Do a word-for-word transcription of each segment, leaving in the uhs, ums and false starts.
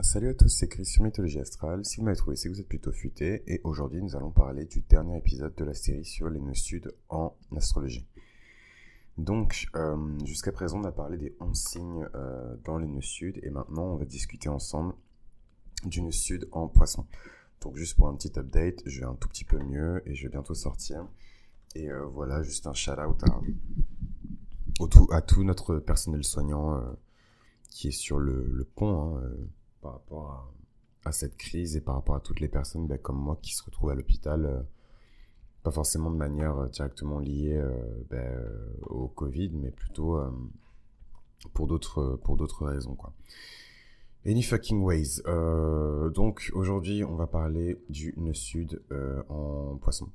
Salut à tous, c'est Chris sur Mythologie Astrale. Si vous m'avez trouvé, c'est que vous êtes plutôt futé. Et aujourd'hui, nous allons parler du dernier épisode de la série sur les nœuds sud en astrologie. Donc, euh, jusqu'à présent, on a parlé des onze signes euh, dans les nœuds sud. Et maintenant, on va discuter ensemble du nœud sud en poisson. Donc, juste pour un petit update, je vais un tout petit peu mieux et je vais bientôt sortir. Et euh, voilà, juste un shout-out à, au tout, à tout notre personnel soignant euh, qui est sur le, le pont, hein, euh, par rapport à, à cette crise et par rapport à toutes les personnes ben, comme moi qui se retrouvent à l'hôpital, euh, pas forcément de manière euh, directement liée euh, ben, euh, au Covid, mais plutôt euh, pour d'autres pour d'autres raisons, quoi. Any fucking ways. Euh, donc aujourd'hui, on va parler du nœud sud euh, en poisson.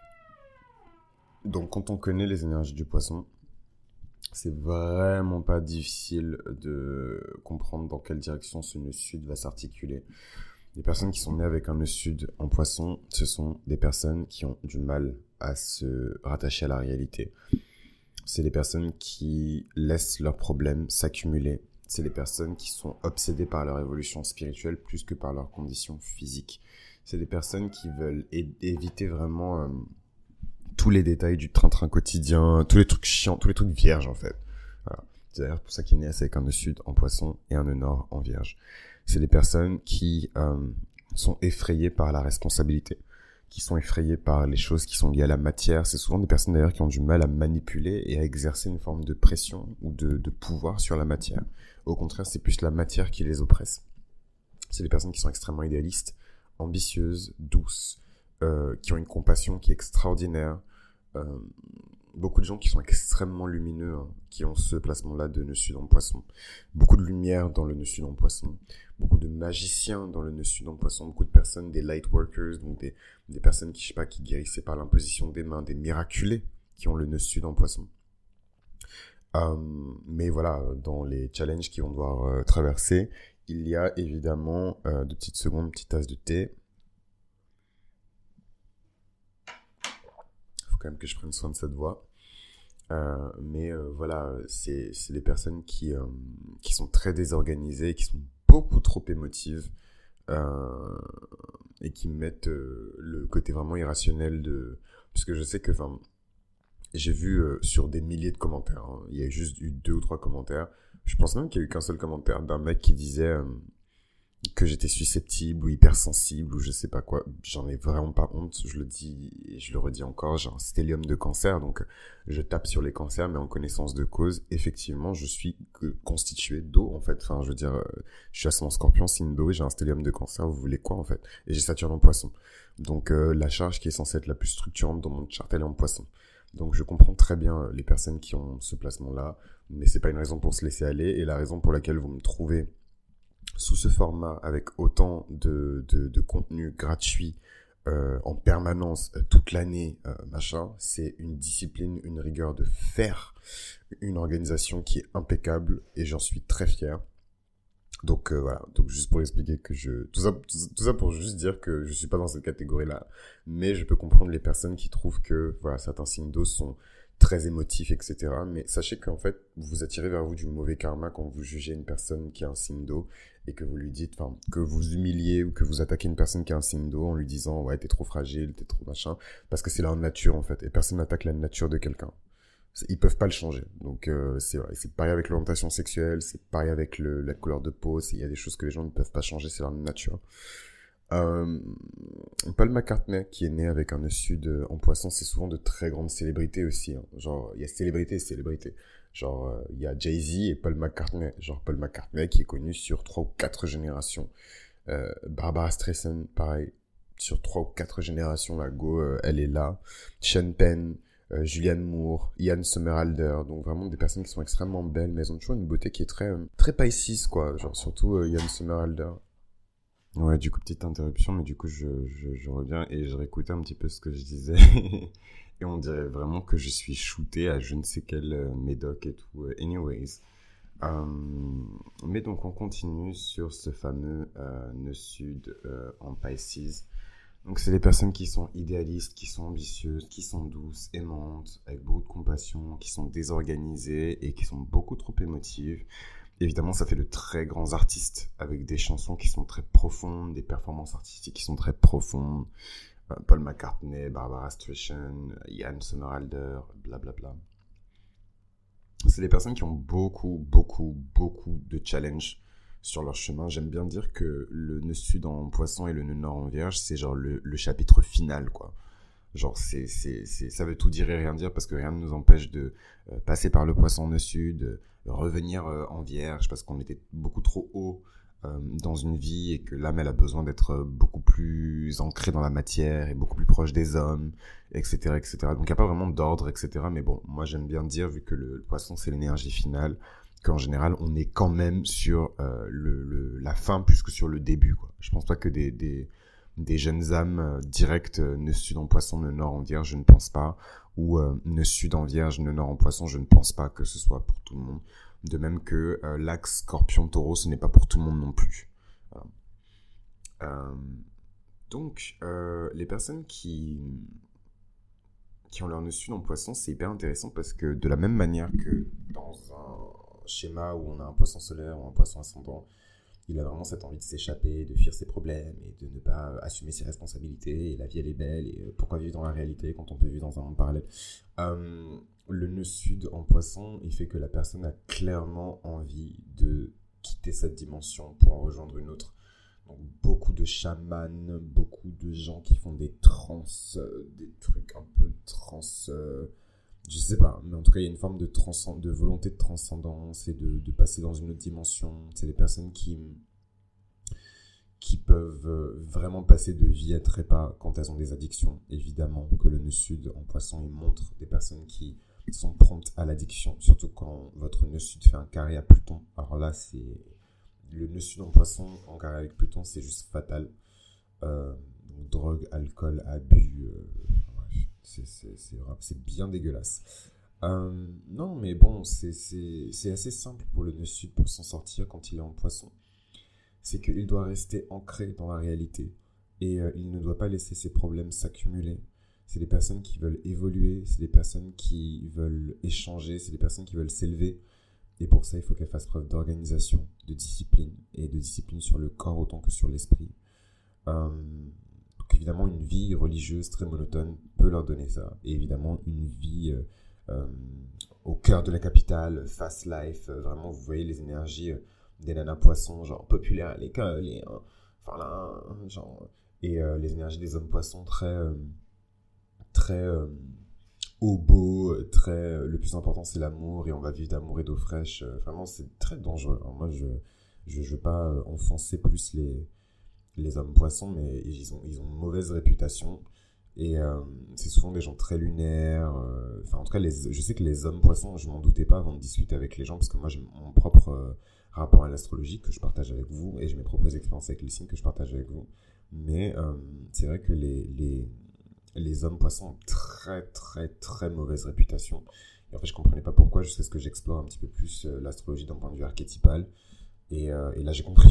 Donc quand on connaît les énergies du poisson, c'est vraiment pas difficile de comprendre dans quelle direction ce nœud sud va s'articuler. Les personnes qui sont nées avec un nœud sud en poisson, ce sont des personnes qui ont du mal à se rattacher à la réalité. C'est les personnes qui laissent leurs problèmes s'accumuler. C'est les personnes qui sont obsédées par leur évolution spirituelle plus que par leurs conditions physiques. C'est des personnes qui veulent é- éviter vraiment euh, tous les détails du train-train quotidien, tous les trucs chiants, tous les trucs vierges en fait. Voilà. C'est d'ailleurs pour ça qu'il est né avec un nœud sud en poisson et un nœud nord en vierge. C'est des personnes qui euh, sont effrayées par la responsabilité, qui sont effrayées par les choses qui sont liées à la matière. C'est souvent des personnes d'ailleurs qui ont du mal à manipuler et à exercer une forme de pression ou de, de pouvoir sur la matière. Au contraire, c'est plus la matière qui les oppresse. C'est des personnes qui sont extrêmement idéalistes, ambitieuses, douces, euh, qui ont une compassion qui est extraordinaire. Euh, beaucoup de gens qui sont extrêmement lumineux, hein, qui ont ce placement-là de nœud sud en poisson. Beaucoup de lumière dans le nœud sud en poisson. Beaucoup de magiciens dans le nœud sud en poisson. Beaucoup de personnes, des light workers, donc des, des personnes qui, je sais pas, qui guérissaient par l'imposition des mains, des miraculés qui ont le nœud sud en poisson. Euh, mais voilà, dans les challenges qu'ils vont devoir euh, traverser, il y a évidemment, euh, deux petites secondes, une petite tasse de thé. Il faut quand même que je prenne soin de cette voix. Euh, mais euh, voilà, c'est, c'est des personnes qui, euh, qui sont très désorganisées, qui sont beaucoup trop émotives euh, et qui mettent euh, le côté vraiment irrationnel de... Parce que je sais que, enfin, j'ai vu euh, sur des milliers de commentaires, hein, il y a juste eu deux ou trois commentaires. Je pense même qu'il y a eu qu'un seul commentaire d'un mec qui disait euh, que j'étais susceptible ou hypersensible ou je sais pas quoi. J'en ai vraiment pas honte, je le dis et je le redis encore, j'ai un stellium de cancer, donc je tape sur les cancers, mais en connaissance de cause, effectivement, je suis que constitué d'eau, en fait. Enfin, je veux dire, euh, je suis ascendant scorpion, signe d'eau, et j'ai un stellium de cancer, vous voulez quoi, en fait? Et j'ai Saturne en poisson. Donc, euh, la charge qui est censée être la plus structurante dans mon chart, elle est en poisson. Donc, je comprends très bien les personnes qui ont ce placement-là, mais c'est pas une raison pour se laisser aller, et la raison pour laquelle vous me trouvez sous ce format, avec autant de, de, de contenu gratuit, euh, en permanence, euh, toute l'année, euh, machin, c'est une discipline, une rigueur de fer, une organisation qui est impeccable, et j'en suis très fier. Donc euh, voilà, donc juste pour expliquer que je... Tout ça, tout, tout ça pour juste dire que je suis pas dans cette catégorie-là, mais je peux comprendre les personnes qui trouvent que voilà, certains signes d'eau sont très émotifs, et cetera. Mais sachez qu'en fait, vous attirez vers vous du mauvais karma quand vous jugez une personne qui a un signe d'eau et que vous lui dites, enfin, que vous humiliez ou que vous attaquez une personne qui a un signe d'eau en lui disant, ouais, t'es trop fragile, t'es trop machin, parce que c'est leur nature, en fait, et personne n'attaque la nature de quelqu'un. Ils peuvent pas le changer. Donc, euh, c'est vrai. C'est pareil avec l'orientation sexuelle, c'est pareil avec le, la couleur de peau, il y a des choses que les gens ne peuvent pas changer, c'est leur nature. Euh, Paul McCartney, qui est né avec un nœud sud en poisson, c'est souvent de très grandes célébrités aussi, hein. Genre, il y a célébrités et célébrités. Genre, euh, il y a Jay-Z et Paul McCartney. Genre, Paul McCartney qui est connu sur trois ou quatre générations. Euh, Barbara Streisand, pareil, sur trois ou quatre générations, la go, euh, elle est là. Sean Penn, euh, Julianne Moore, Ian Somerhalder, donc vraiment des personnes qui sont extrêmement belles, mais elles ont toujours une beauté qui est très, euh, très Pisces, quoi. Genre, surtout euh, Ian Somerhalder. Ouais, du coup, petite interruption, mais du coup, je, je, je reviens et je réécoutais un petit peu ce que je disais. Et on dirait vraiment que je suis shooté à je ne sais quel euh, médoc et tout. Anyways. Euh, mais donc, on continue sur ce fameux euh, nœud sud euh, en Pisces. Donc, c'est les personnes qui sont idéalistes, qui sont ambitieuses, qui sont douces, aimantes, avec beaucoup de compassion, qui sont désorganisées et qui sont beaucoup trop émotives. Évidemment, ça fait de très grands artistes avec des chansons qui sont très profondes, des performances artistiques qui sont très profondes. Euh, Paul McCartney, Barbara Streisand, Ian Somerhalder, blablabla. C'est des personnes qui ont beaucoup, beaucoup, beaucoup de challenges sur leur chemin. J'aime bien dire que le nœud sud en poisson et le nœud nord en vierge, c'est genre le, le chapitre final, quoi. Genre, c'est, c'est, c'est, ça veut tout dire et rien dire parce que rien ne nous empêche de euh, passer par le poisson nœud sud, de revenir euh, en vierge parce qu'on était beaucoup trop haut euh, dans une vie et que l'âme, elle a besoin d'être beaucoup plus ancrée dans la matière et beaucoup plus proche des hommes, et cetera, et cetera. Donc, il n'y a pas vraiment d'ordre, et cetera. Mais bon, moi, j'aime bien dire, vu que le, le poisson, c'est l'énergie finale, qu'en général, on est quand même sur euh, le, le, la fin plus que sur le début, quoi. Je pense pas que des... des des jeunes âmes euh, directes, euh, nœud sud en poisson, nœud nord en vierge, je ne pense pas. Ou euh, nœud sud en vierge, nœud nord en poisson, je ne pense pas que ce soit pour tout le monde. De même que euh, l'axe scorpion-taureau, ce n'est pas pour tout le monde non plus. Voilà. Euh, donc, euh, les personnes qui, qui ont leur nœud sud en poisson, c'est hyper intéressant parce que de la même manière que dans un schéma où on a un poisson solaire ou un poisson ascendant, il a vraiment cette envie de s'échapper, de fuir ses problèmes et de ne pas assumer ses responsabilités. Et la vie, elle est belle. Et pourquoi vivre dans la réalité quand on peut vivre dans un monde parallèle ? euh, Le nœud sud en poisson, il fait que la personne a clairement envie de quitter cette dimension pour en rejoindre une autre. Donc, beaucoup de chamans, beaucoup de gens qui font des trans, euh, des trucs un peu trans... Euh, je sais pas, mais en tout cas, il y a une forme de, transcend- de volonté de transcendance et de, de passer dans une autre dimension. C'est des personnes qui, qui peuvent vraiment passer de vie à trépas quand elles ont des addictions. Évidemment que le nœud sud en poisson, il montre des personnes qui sont promptes à l'addiction, surtout quand votre nœud sud fait un carré à Pluton. Alors là, c'est le nœud sud en poisson en carré avec Pluton, c'est juste fatal. Euh, donc, drogue, alcool, abus... Euh, C'est, c'est, c'est, c'est bien dégueulasse. Euh, non, mais bon, c'est, c'est, c'est assez simple pour le nœud sud pour s'en sortir quand il est en poisson. C'est qu'il doit rester ancré dans la réalité. Et euh, il ne doit pas laisser ses problèmes s'accumuler. C'est des personnes qui veulent évoluer, c'est des personnes qui veulent échanger, c'est des personnes qui veulent s'élever. Et pour ça, il faut qu'elles fassent preuve d'organisation, de discipline, et de discipline sur le corps autant que sur l'esprit. Euh, Donc évidemment, une vie religieuse très monotone peut leur donner ça. Et évidemment, une vie euh, euh, au cœur de la capitale, fast life, euh, vraiment, vous voyez les énergies euh, des nanas poissons, genre populaires à l'école, et, euh, enfin là, genre, et euh, les énergies des hommes poissons très, euh, très euh, hobo, très, euh, le plus important c'est l'amour, et on va vivre d'amour et d'eau fraîche. Euh, vraiment, c'est très dangereux. Alors moi, je je, je veux pas euh, enfoncer plus les les hommes poissons, mais ils ont, ils ont une mauvaise réputation. Et euh, c'est souvent des gens très lunaires. Euh, enfin, en tout cas, les, je sais que les hommes poissons, je m'en doutais pas avant de discuter avec les gens, parce que moi, j'ai mon propre euh, rapport à l'astrologie que je partage avec vous, et j'ai mes propres expériences avec les signes que je partage avec vous. Mais euh, c'est vrai que les, les, les hommes poissons ont très, très, très mauvaise réputation. Et en fait, je comprenais pas pourquoi, jusqu'à ce que j'explore un petit peu plus euh, l'astrologie d'un point de vue archétypal. Et, euh, et là, j'ai compris.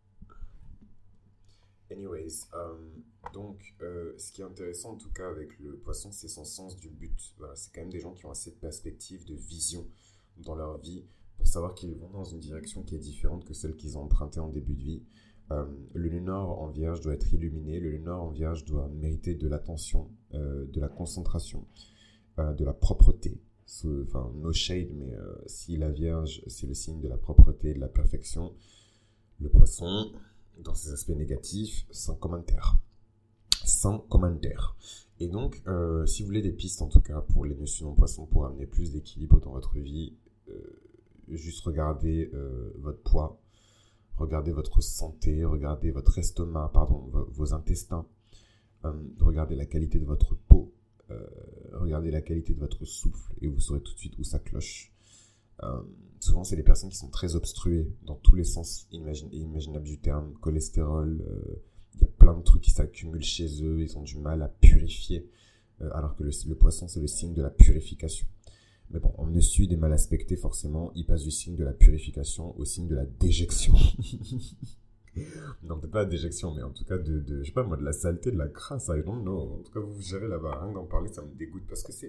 Anyways, euh, donc euh, ce qui est intéressant en tout cas avec le poisson, c'est son sens du but. Voilà, c'est quand même des gens qui ont assez de perspective, de vision dans leur vie pour savoir qu'ils vont dans une direction qui est différente que celle qu'ils ont empruntée en début de vie. Euh, le nœud nord en vierge doit être illuminé, le nœud nord en vierge doit mériter de l'attention, euh, de la concentration, euh, de la propreté. Enfin, no shade, mais euh, si la vierge c'est le signe de la propreté, de la perfection, le poisson... dans ses aspects négatifs, sans commentaire. Sans commentaire. Et donc, euh, si vous voulez des pistes, en tout cas, pour les nœuds sud en poisson, pour amener plus d'équilibre dans votre vie, euh, juste regardez euh, votre poids, regardez votre santé, regardez votre estomac, pardon, vos, vos intestins, euh, regardez la qualité de votre peau, euh, regardez la qualité de votre souffle, et vous saurez tout de suite où ça cloche. Euh, souvent c'est des personnes qui sont très obstruées dans tous les sens imagin- imaginables du terme, cholestérol, il euh, y a plein de trucs qui s'accumulent chez eux, ils ont du mal à purifier, euh, alors que le, le poisson c'est le signe de la purification. Mais bon, en nœud sud est mal aspecté forcément, il passe du signe de la purification au signe de la déjection. Non, peut-être pas la déjection, mais en tout cas de, de, je sais pas moi, de la saleté, de la crasse, I don't know. En tout cas, vous gérez là-bas, rien d'en parler, ça me dégoûte, parce que c'est,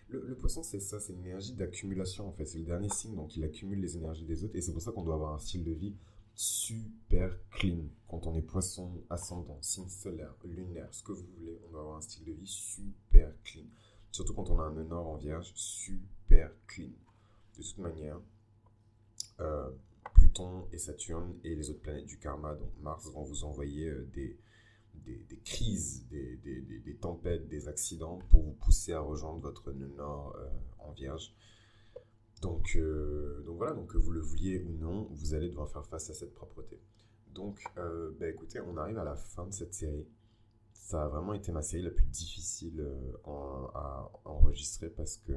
Le, le poisson, c'est ça, c'est une énergie d'accumulation en fait. C'est le dernier signe, donc il accumule les énergies des autres. Et c'est pour ça qu'on doit avoir un style de vie super clean. Quand on est poisson, ascendant, signe solaire, lunaire, ce que vous voulez, on doit avoir un style de vie super clean. Surtout quand on a un nœud nord en vierge, super clean. De toute manière, euh, Pluton et Saturne et les autres planètes du karma, donc Mars, vont vous envoyer euh, des, des, des crises, des, des, des, des tempêtes, des accidents pour vous pousser à rejoindre votre nœud nord euh, en vierge. Donc, euh, donc voilà, donc que vous le vouliez ou non, vous allez devoir faire face à cette propreté. Donc, euh, bah écoutez, on arrive à la fin de cette série. Ça a vraiment été ma série la plus difficile euh, en, à enregistrer parce que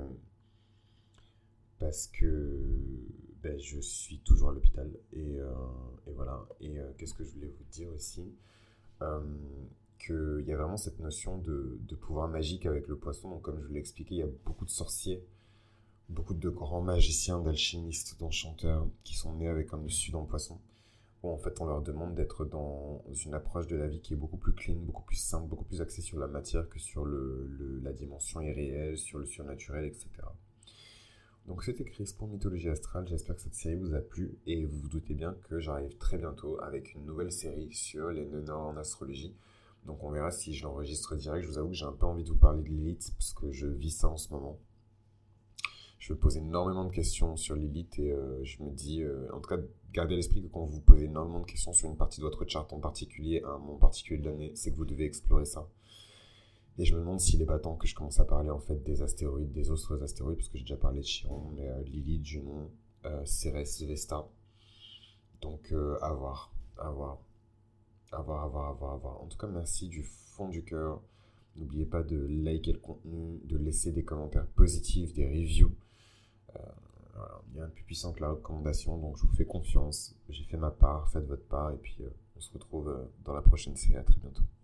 parce que ben, je suis toujours à l'hôpital et, euh, et voilà. Et euh, qu'est-ce que je voulais vous dire aussi, euh, qu'il y a vraiment cette notion de, de pouvoir magique avec le poisson. Donc comme je vous l'ai expliqué, il y a beaucoup de sorciers, beaucoup de grands magiciens, d'alchimistes, d'enchanteurs qui sont nés avec un dessus dans le poisson. Bon, en fait, on leur demande d'être dans une approche de la vie qui est beaucoup plus clean, beaucoup plus simple, beaucoup plus axée sur la matière que sur le, le, la dimension irréelle, sur le surnaturel, et cetera. Donc c'était Chris pour Mythologie Astrale, j'espère que cette série vous a plu et vous vous doutez bien que j'arrive très bientôt avec une nouvelle série sur les nœuds nord en astrologie. Donc on verra si je l'enregistre direct. Je vous avoue que j'ai un peu envie de vous parler de Lilith parce que je vis ça en ce moment. Je me pose énormément de questions sur Lilith et euh, je me dis, euh, en tout cas, gardez à l'esprit que quand vous vous posez énormément de questions sur une partie de votre charte en particulier, à un moment particulier de l'année, c'est que vous devez explorer ça. Et je me demande s'il n'est pas temps que je commence à parler en fait des astéroïdes, des autres astéroïdes, parce que j'ai déjà parlé de Chiron, mais euh, Lilith, Junon, euh, Cérès, Vesta. Donc euh, à voir, à voir, à voir, à voir, à voir, à voir. En tout cas, merci du fond du cœur. N'oubliez pas de liker le contenu, de laisser des commentaires positifs, des reviews. Euh, voilà, il y a un plus puissant que la recommandation, donc je vous fais confiance. J'ai fait ma part, faites votre part, et puis euh, on se retrouve euh, dans la prochaine série. À très bientôt.